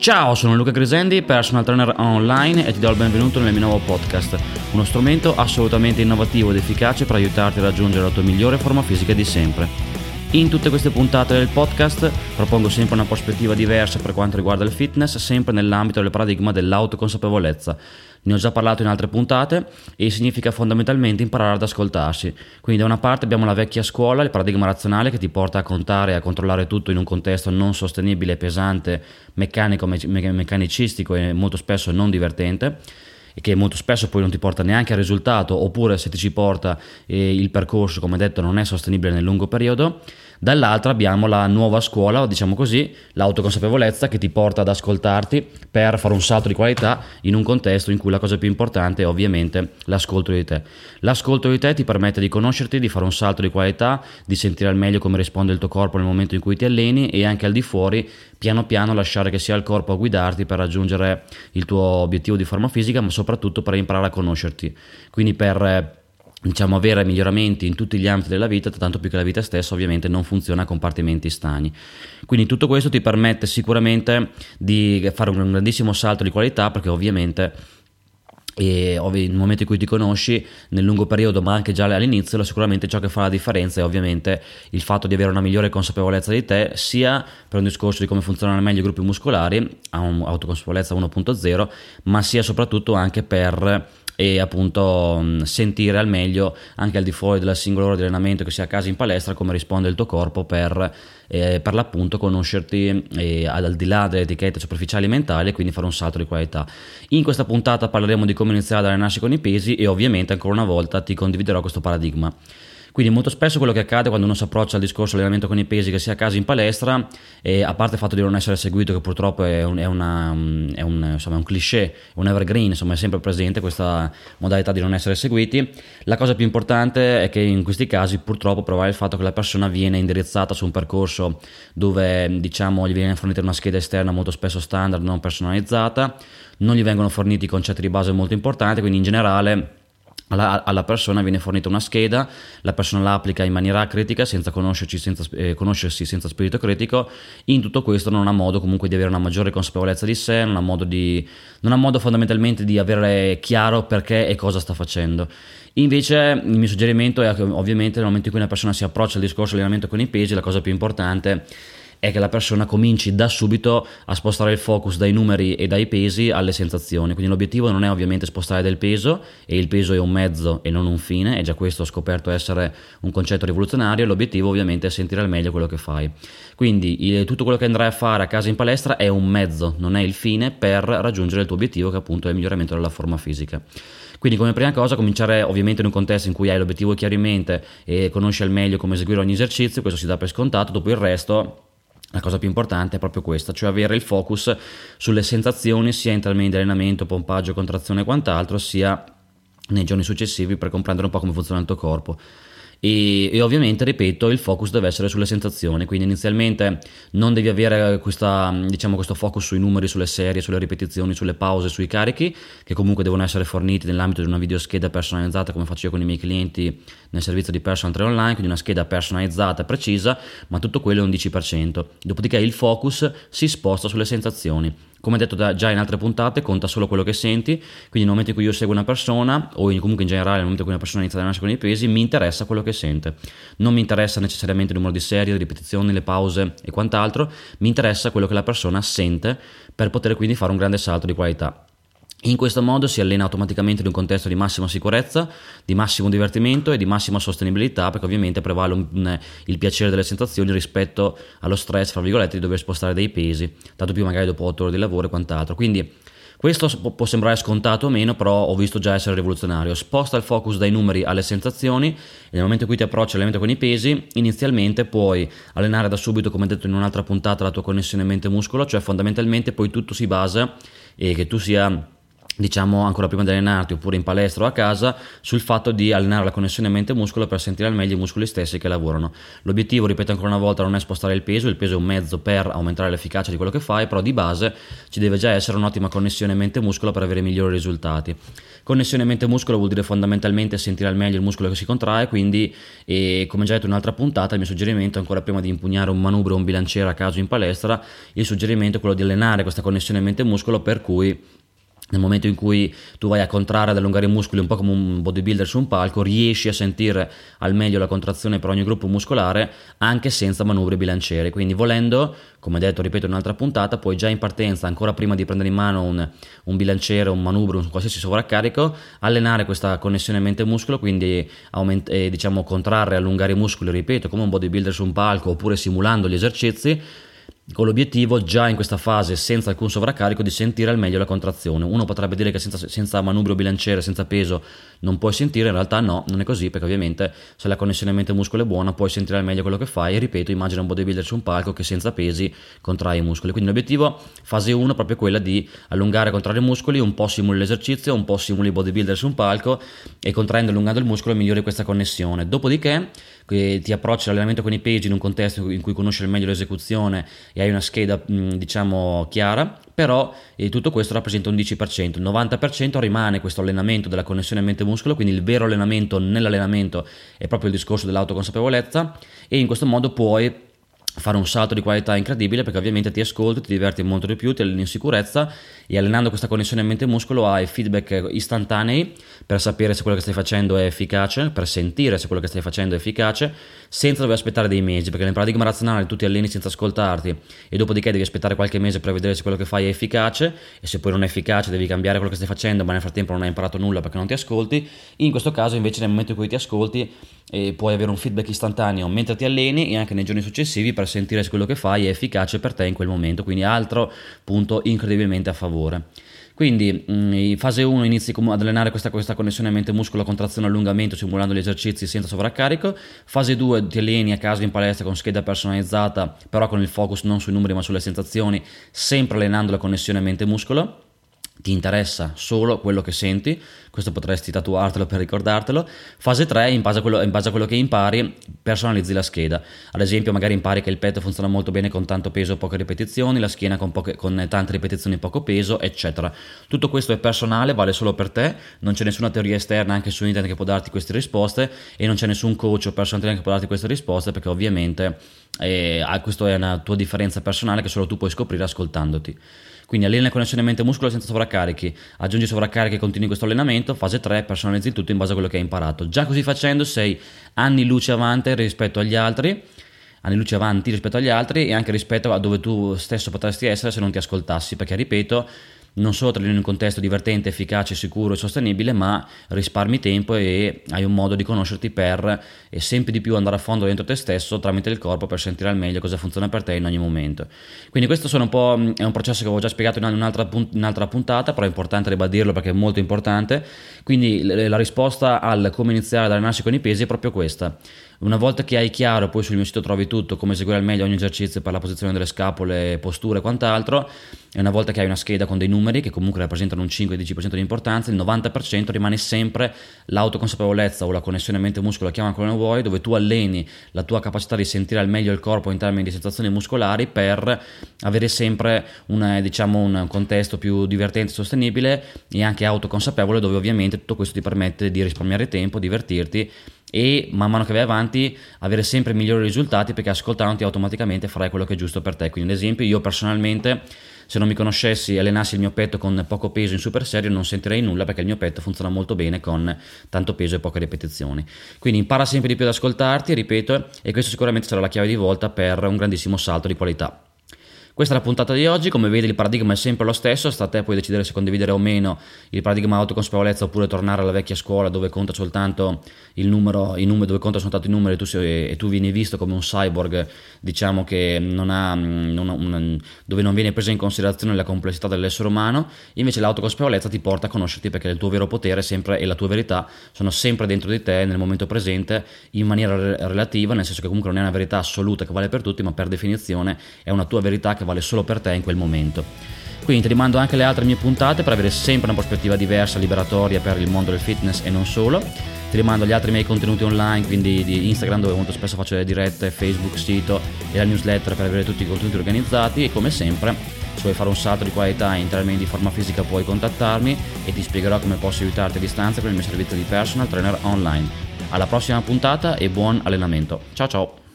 Ciao, sono Luca Grisendi, personal trainer online e ti do il benvenuto nel mio nuovo podcast, uno strumento assolutamente innovativo ed efficace per aiutarti a raggiungere la tua migliore forma fisica di sempre. In tutte queste puntate del podcast propongo sempre una prospettiva diversa per quanto riguarda il fitness, sempre nell'ambito del paradigma dell'autoconsapevolezza. Ne ho già parlato in altre puntate e significa fondamentalmente imparare ad ascoltarsi. Quindi da una parte abbiamo la vecchia scuola, il paradigma razionale che ti porta a contare e a controllare tutto in un contesto non sostenibile, pesante, meccanico, meccanicistico e molto spesso non divertente, e che molto spesso poi non ti porta neanche al risultato, oppure se ti ci porta il percorso, come detto, non è sostenibile nel lungo periodo. Dall'altra abbiamo la nuova scuola, diciamo così, l'autoconsapevolezza che ti porta ad ascoltarti per fare un salto di qualità in un contesto in cui la cosa più importante è ovviamente l'ascolto di te. L'ascolto di te ti permette di conoscerti, di fare un salto di qualità, di sentire al meglio come risponde il tuo corpo nel momento in cui ti alleni e anche al di fuori piano piano lasciare che sia il corpo a guidarti per raggiungere il tuo obiettivo di forma fisica, ma soprattutto per imparare a conoscerti, quindi per avere miglioramenti in tutti gli ambiti della vita, tanto più che la vita stessa ovviamente non funziona a compartimenti stagni. Quindi tutto questo ti permette sicuramente di fare un grandissimo salto di qualità, perché ovviamente nel momento in cui ti conosci nel lungo periodo, ma anche già all'inizio, sicuramente ciò che fa la differenza è ovviamente il fatto di avere una migliore consapevolezza di te, sia per un discorso di come funzionano meglio i gruppi muscolari, autoconsapevolezza 1.0, ma sia soprattutto anche per sentire al meglio, anche al di fuori della singola ora di allenamento, che sia a casa in palestra, come risponde il tuo corpo per l'appunto conoscerti al di là delle etichette superficiali mentali, e quindi fare un salto di qualità. In questa puntata parleremo di come iniziare ad allenarsi con i pesi e ovviamente ancora una volta ti condividerò questo paradigma. Quindi molto spesso quello che accade quando uno si approccia al discorso allenamento con i pesi, che sia a casa in palestra, a parte il fatto di non essere seguito, che purtroppo è un cliché, un evergreen, insomma è sempre presente questa modalità di non essere seguiti, la cosa più importante è che in questi casi purtroppo provare il fatto che la persona viene indirizzata su un percorso dove gli viene fornita una scheda esterna molto spesso standard, non personalizzata, non gli vengono forniti concetti di base molto importanti, quindi in generale alla persona viene fornita una scheda, la persona la applica in maniera critica, senza conoscersi senza spirito critico. In tutto questo non ha modo comunque di avere una maggiore consapevolezza di sé, non ha modo fondamentalmente di avere chiaro perché e cosa sta facendo. Invece il mio suggerimento è che ovviamente nel momento in cui una persona si approccia al discorso allenamento con i pesi, la cosa più importante è che la persona cominci da subito a spostare il focus dai numeri e dai pesi alle sensazioni. Quindi l'obiettivo non è ovviamente spostare del peso, e il peso è un mezzo e non un fine, e già questo ho scoperto essere un concetto rivoluzionario. L'obiettivo ovviamente è sentire al meglio quello che fai. Quindi tutto quello che andrai a fare a casa in palestra è un mezzo, non è il fine per raggiungere il tuo obiettivo, che appunto è il miglioramento della forma fisica. Quindi come prima cosa cominciare ovviamente in un contesto in cui hai l'obiettivo chiaro in mente e conosci al meglio come eseguire ogni esercizio, questo si dà per scontato. Dopo il resto, la cosa più importante è proprio questa, cioè avere il focus sulle sensazioni, sia in termini di allenamento, pompaggio, contrazione e quant'altro, sia nei giorni successivi, per comprendere un po' come funziona il tuo corpo. E ovviamente, ripeto, il focus deve essere sulle sensazioni, quindi inizialmente non devi avere questo focus sui numeri, sulle serie, sulle ripetizioni, sulle pause, sui carichi, che comunque devono essere forniti nell'ambito di una videoscheda personalizzata, come faccio io con i miei clienti nel servizio di personal trainer online, quindi una scheda personalizzata, precisa, ma tutto quello è un 10%. Dopodiché il focus si sposta sulle sensazioni. Come detto già in altre puntate, conta solo quello che senti, quindi nel momento in cui io seguo una persona, o comunque in generale nel momento in cui una persona inizia ad allenarsi con i pesi, mi interessa quello che sente. Non mi interessa necessariamente il numero di serie, le ripetizioni, le pause e quant'altro, mi interessa quello che la persona sente, per poter quindi fare un grande salto di qualità. In questo modo si allena automaticamente in un contesto di massima sicurezza, di massimo divertimento e di massima sostenibilità, perché ovviamente prevale il piacere delle sensazioni rispetto allo stress, fra virgolette, di dover spostare dei pesi, tanto più magari dopo 8 ore di lavoro e quant'altro. Quindi questo può sembrare scontato o meno, però ho visto già essere rivoluzionario. Sposta il focus dai numeri alle sensazioni, e nel momento in cui ti approcci all'allenamento con i pesi, inizialmente puoi allenare da subito, come detto in un'altra puntata, la tua connessione mente-muscolo, cioè fondamentalmente poi tutto si basa, e che tu sia diciamo ancora prima di allenarti oppure in palestra o a casa, sul fatto di allenare la connessione mente-muscolo per sentire al meglio i muscoli stessi che lavorano. L'obiettivo, ripeto ancora una volta, non è spostare il peso è un mezzo per aumentare l'efficacia di quello che fai, però di base ci deve già essere un'ottima connessione mente-muscolo per avere migliori risultati. Connessione mente-muscolo vuol dire fondamentalmente sentire al meglio il muscolo che si contrae, quindi come già detto in un'altra puntata, il mio suggerimento ancora prima di impugnare un manubrio o un bilanciere a caso in palestra, il suggerimento è quello di allenare questa connessione mente-muscolo, per cui nel momento in cui tu vai a contrarre ad allungare i muscoli un po' come un bodybuilder su un palco, riesci a sentire al meglio la contrazione per ogni gruppo muscolare anche senza manubri bilanciere. Quindi volendo, come detto, ripeto in un'altra puntata, puoi già in partenza, ancora prima di prendere in mano un bilanciere, un manubrio, un qualsiasi sovraccarico, allenare questa connessione mente-muscolo, quindi diciamo contrarre e allungare i muscoli, ripeto, come un bodybuilder su un palco oppure simulando gli esercizi, con l'obiettivo già in questa fase senza alcun sovraccarico di sentire al meglio la contrazione. Uno potrebbe dire che senza manubrio bilanciere, senza peso non puoi sentire, in realtà no, non è così, perché ovviamente se la connessione mente-muscolo è buona puoi sentire al meglio quello che fai. E ripeto, immagina un bodybuilder su un palco che senza pesi contrae i muscoli, quindi l'obiettivo fase 1 è proprio quella di allungare e contrarre i muscoli, un po' simuli l'esercizio, un po' simuli i bodybuilder su un palco e contraendo e allungando il muscolo migliori questa connessione. Dopodiché ti approcci all'allenamento con i pesi in un contesto in cui conosci al meglio l'esecuzione e hai una scheda diciamo chiara, però tutto questo rappresenta un 10%, il 90% rimane questo allenamento della connessione mente-muscolo, quindi il vero allenamento nell'allenamento è proprio il discorso dell'autoconsapevolezza, e in questo modo puoi fare un salto di qualità incredibile, perché ovviamente ti ascolti, ti diverti molto di più, ti alleni in sicurezza, e allenando questa connessione mente-muscolo hai feedback istantanei per sapere se quello che stai facendo è efficace, per sentire se quello che stai facendo è efficace, senza dover aspettare dei mesi, perché nel paradigma razionale tu ti alleni senza ascoltarti e dopodiché devi aspettare qualche mese per vedere se quello che fai è efficace, e se poi non è efficace devi cambiare quello che stai facendo, ma nel frattempo non hai imparato nulla perché non ti ascolti. In questo caso invece nel momento in cui ti ascolti puoi avere un feedback istantaneo mentre ti alleni e anche nei giorni successivi per sentire se quello che fai è efficace per te in quel momento, quindi altro punto incredibilmente a favore. Quindi in fase 1 inizi ad allenare questa connessione mente-muscolo, contrazione, allungamento, simulando gli esercizi senza sovraccarico. Fase 2 ti alleni a caso in palestra con scheda personalizzata, però con il focus non sui numeri ma sulle sensazioni, sempre allenando la connessione mente-muscolo. Ti interessa solo quello che senti, questo potresti tatuartelo per ricordartelo. Fase 3, in base a quello che impari, personalizzi la scheda. Ad esempio magari impari che il petto funziona molto bene con tanto peso e poche ripetizioni, la schiena con tante ripetizioni e poco peso, eccetera. Tutto questo è personale, vale solo per te, non c'è nessuna teoria esterna anche su internet che può darti queste risposte, e non c'è nessun coach o personal trainer che può darti queste risposte, perché ovviamente questa è una tua differenza personale che solo tu puoi scoprire ascoltandoti. Quindi allena la connessione mente-muscolo senza sovraccarichi, aggiungi sovraccarichi e continui questo allenamento. Fase 3, personalizzi il tutto in base a quello che hai imparato. Già così facendo sei anni luce avanti rispetto agli altri, e anche rispetto a dove tu stesso potresti essere se non ti ascoltassi, perché ripeto, non solo ti alleni in un contesto divertente, efficace, sicuro e sostenibile, ma risparmi tempo e hai un modo di conoscerti per sempre di più andare a fondo dentro te stesso tramite il corpo, per sentire al meglio cosa funziona per te in ogni momento. Quindi questo è un processo che avevo già spiegato in un'altra puntata, però è importante ribadirlo perché è molto importante. Quindi la risposta al come iniziare ad allenarsi con i pesi è proprio questa. Una volta che hai chiaro, poi sul mio sito trovi tutto, come eseguire al meglio ogni esercizio per la posizione delle scapole, posture e quant'altro, e una volta che hai una scheda con dei numeri che comunque rappresentano un 5-10% di importanza, il 90% rimane sempre l'autoconsapevolezza o la connessione mente-muscolo, chiama come vuoi, dove tu alleni la tua capacità di sentire al meglio il corpo in termini di sensazioni muscolari per avere sempre un contesto più divertente, sostenibile e anche autoconsapevole, dove ovviamente tutto questo ti permette di risparmiare tempo, divertirti e man mano che vai avanti avere sempre migliori risultati, perché ascoltandoti automaticamente farai quello che è giusto per te. Quindi ad esempio io personalmente, se non mi conoscessi e allenassi il mio petto con poco peso in super serie, non sentirei nulla, perché il mio petto funziona molto bene con tanto peso e poche ripetizioni. Quindi impara sempre di più ad ascoltarti, ripeto, e questo sicuramente sarà la chiave di volta per un grandissimo salto di qualità. Questa è la puntata di oggi. Come vedi il paradigma è sempre lo stesso, sta a te poi decidere se condividere o meno il paradigma autoconsapevolezza oppure tornare alla vecchia scuola dove conta soltanto il numero, dove conta soltanto i numeri e tu vieni visto come un cyborg, diciamo che dove non viene presa in considerazione la complessità dell'essere umano. Invece l'autoconsapevolezza ti porta a conoscerti, perché il tuo vero potere sempre e la tua verità sono sempre dentro di te nel momento presente, in maniera relativa, nel senso che comunque non è una verità assoluta che vale per tutti, ma per definizione è una tua verità che vale solo per te in quel momento. Quindi ti rimando anche le altre mie puntate per avere sempre una prospettiva diversa, liberatoria per il mondo del fitness e non solo. Ti rimando agli altri miei contenuti online, quindi di Instagram, dove molto spesso faccio le dirette, Facebook, sito e la newsletter per avere tutti i contenuti organizzati. E come sempre, se vuoi fare un salto di qualità in termini di forma fisica puoi contattarmi e ti spiegherò come posso aiutarti a distanza con il mio servizio di personal trainer online. Alla prossima puntata e buon allenamento. Ciao ciao!